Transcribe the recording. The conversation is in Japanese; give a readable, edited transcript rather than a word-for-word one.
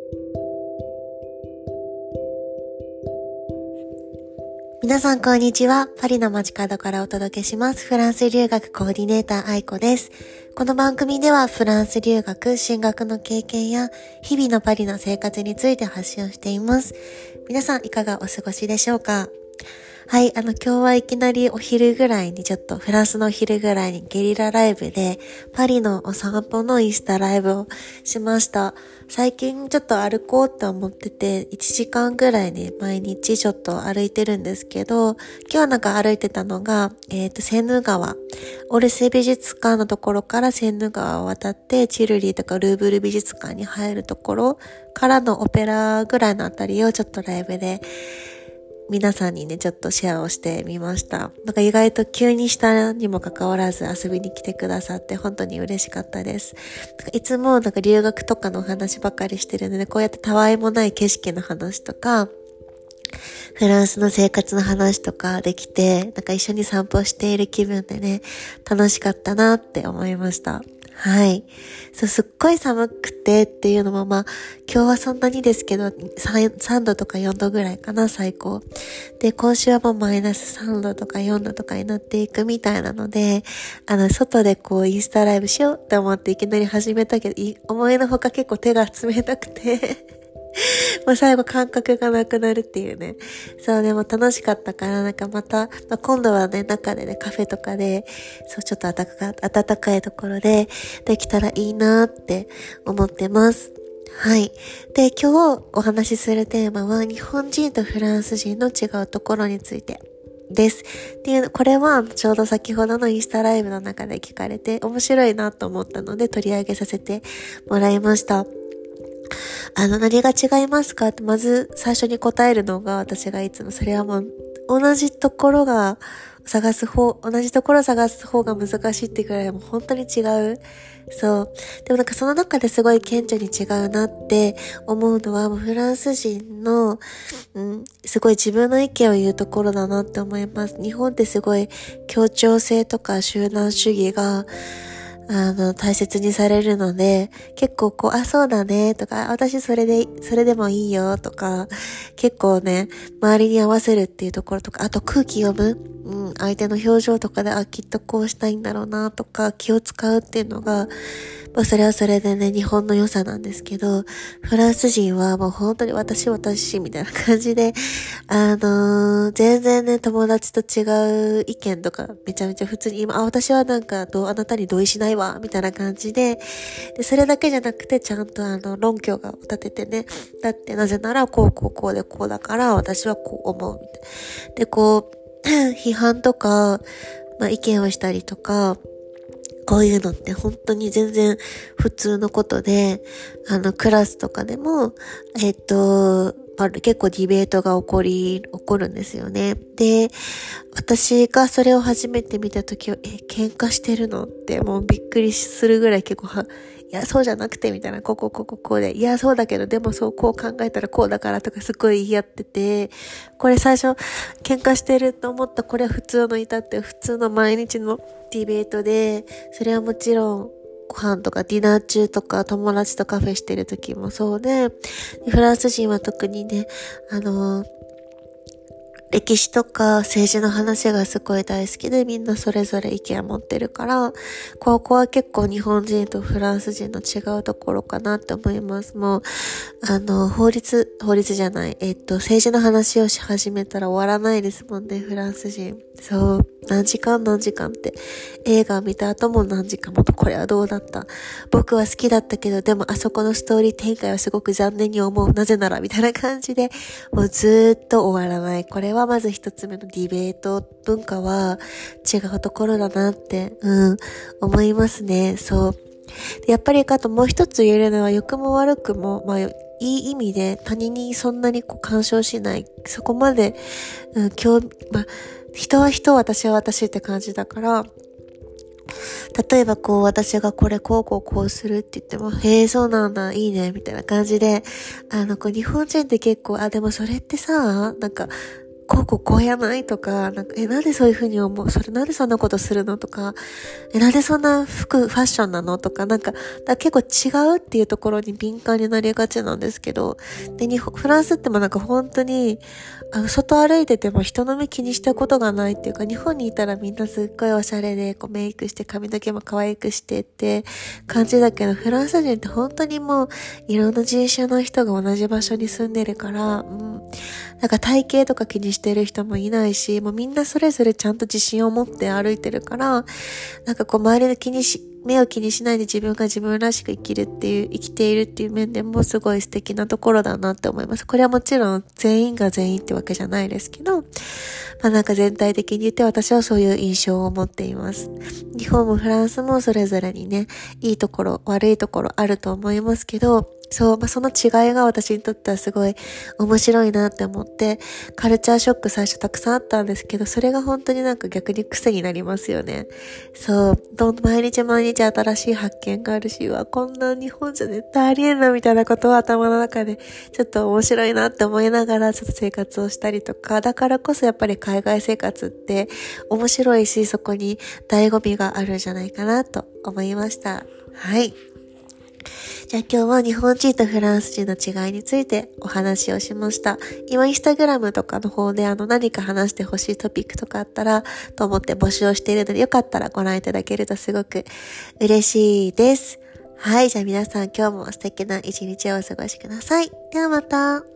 皆さんこんにちは。パリの街角からお届けします。フランス留学コーディネーター愛子です。この番組ではフランス留学、進学の経験や日々のパリの生活について発信をしています。皆さんいかがお過ごしでしょうか？はい、今日はいきなりお昼ぐらいにフランスのお昼ぐらいにゲリラライブでパリのお散歩のインスタライブをしました。最近ちょっと歩こうと思ってて1時間ぐらいね、毎日ちょっと歩いてるんですけど、今日歩いてたのが、セーヌ川、オルセイ美術館のところからセーヌ川を渡ってチルリーとかルーブル美術館に入るところからのオペラぐらいのあたりをちょっとライブで皆さんにね、ちょっとシェアをしてみました。意外と急にしたにもかかわらず遊びに来てくださって本当に嬉しかったです。いつも留学とかのお話ばかりしてるので、こうやってたわいもない景色の話とか、フランスの生活の話とかできて、一緒に散歩している気分でね、楽しかったなって思いました。はい。すっごい寒くてっていうのも今日はそんなにですけど、3度とか4度ぐらいかな、最高。で、今週はもうマイナス3度とか4度とかになっていくみたいなので、外でインスタライブしようって思っていきなり始めたけど、思いのほか結構手が冷たくて、もう最後感覚がなくなるっていうね。そう、でも楽しかったから、また、今度はね、中でね、カフェとかで、ちょっと暖かいところでできたらいいなって思ってます。はい。で、今日お話しするテーマは、日本人とフランス人の違うところについてです。っていう、これはちょうど先ほどのインスタライブの中で聞かれて面白いなと思ったので取り上げさせてもらいました。何が違いますかってまず最初に答えるのが私がいつもそれはもう同じところを探す方が難しいってくらいもう本当に違う。そう。でもその中ですごい顕著に違うなって思うのはもうフランス人の、すごい自分の意見を言うところだなって思います。日本ってすごい協調性とか集団主義が大切にされるので、結構そうだねとか、私それでもいいよとか、結構ね、周りに合わせるっていうところとか、あと空気読む、相手の表情とかで、きっとこうしたいんだろうなとか、気を使うっていうのが、それはそれでね、日本の良さなんですけど、フランス人はもう本当に私みたいな感じで、全然ね、友達と違う意見とかめちゃめちゃ普通に私はあなたに同意しないわ、みたいな感じで、それだけじゃなくてちゃんと論拠が立ててね、だってなぜならこうでこうだから私はこう思う、みたいな。で、批判とか、意見をしたりとか、こういうのって本当に全然普通のことで、クラスとかでも、結構ディベートが起こるんですよね。で、私がそれを初めて見たときは、喧嘩してるのってもうびっくりするぐらい結構いや、そうじゃなくてみたいな、こうで、いや、そうだけど、でもこう考えたらこうだからとかすごい言い合ってて、これ最初、喧嘩してると思った、これは普通の毎日のディベートで、それはもちろん、ご飯とかディナー中とか友達とカフェしてる時もそうで、フランス人は特にね、歴史とか政治の話がすごい大好きでみんなそれぞれ意見を持ってるから、ここは結構日本人とフランス人の違うところかなって思います。もう、法律じゃない、政治の話をし始めたら終わらないですもんね、フランス人。そう、何時間って映画見た後も何時間もこれはどうだった、僕は好きだったけどでもあそこのストーリー展開はすごく残念に思う、なぜならみたいな感じでもうずーっと終わらない。これはまず一つ目のディベート文化は違うところだなって思いますね。そうで、やっぱりあともう一つ言えるのは良くも悪くもいい意味で他人にそんなに干渉しない、そこまで、人は人、私は私って感じだから、例えば私がこれこうするって言っても、へえ、そうなんだ、いいね、みたいな感じで、日本人って結構、でもそれってさ、こここうやないとか、なんか、なんでそういう風に思う？それなんでそんなことするのとか、なんでそんなファッションなのとか、なんか、結構違うっていうところに敏感になりがちなんですけど、で、フランスってもなんか本当に、外歩いてても人の目気にしたことがないっていうか、日本にいたらみんなすっごいおしゃれで、こうメイクして髪の毛も可愛くしてって感じだけど、フランス人って本当にもういろんな人種の人が同じ場所に住んでるから、なんか体型とか気にしてる人もいないし、もうみんなそれぞれちゃんと自信を持って歩いてるから、なんかこう周りの目を気にしないで自分が自分らしく生きているっていう面でもすごい素敵なところだなって思います。これはもちろん全員が全員ってわけじゃないですけど、なんか全体的に言って私はそういう印象を持っています。日本もフランスもそれぞれにね、いいところ、悪いところあると思いますけど、そう、その違いが私にとってはすごい面白いなって思って、カルチャーショック最初たくさんあったんですけど、それが本当になんか逆に癖になりますよね。そう、毎日毎日新しい発見があるし、こんな日本じゃ絶対ありえんなみたいなことを頭の中でちょっと面白いなって思いながらちょっと生活をしたりとか、だからこそやっぱり海外生活って面白いし、そこに醍醐味があるんじゃないかなと思いました。はい。じゃあ今日は日本人とフランス人の違いについてお話をしました。今インスタグラムとかの方で何か話してほしいトピックとかあったらと思って募集をしているので、よかったらご覧いただけるとすごく嬉しいです。はい、じゃあ皆さん今日も素敵な一日をお過ごしください。ではまた。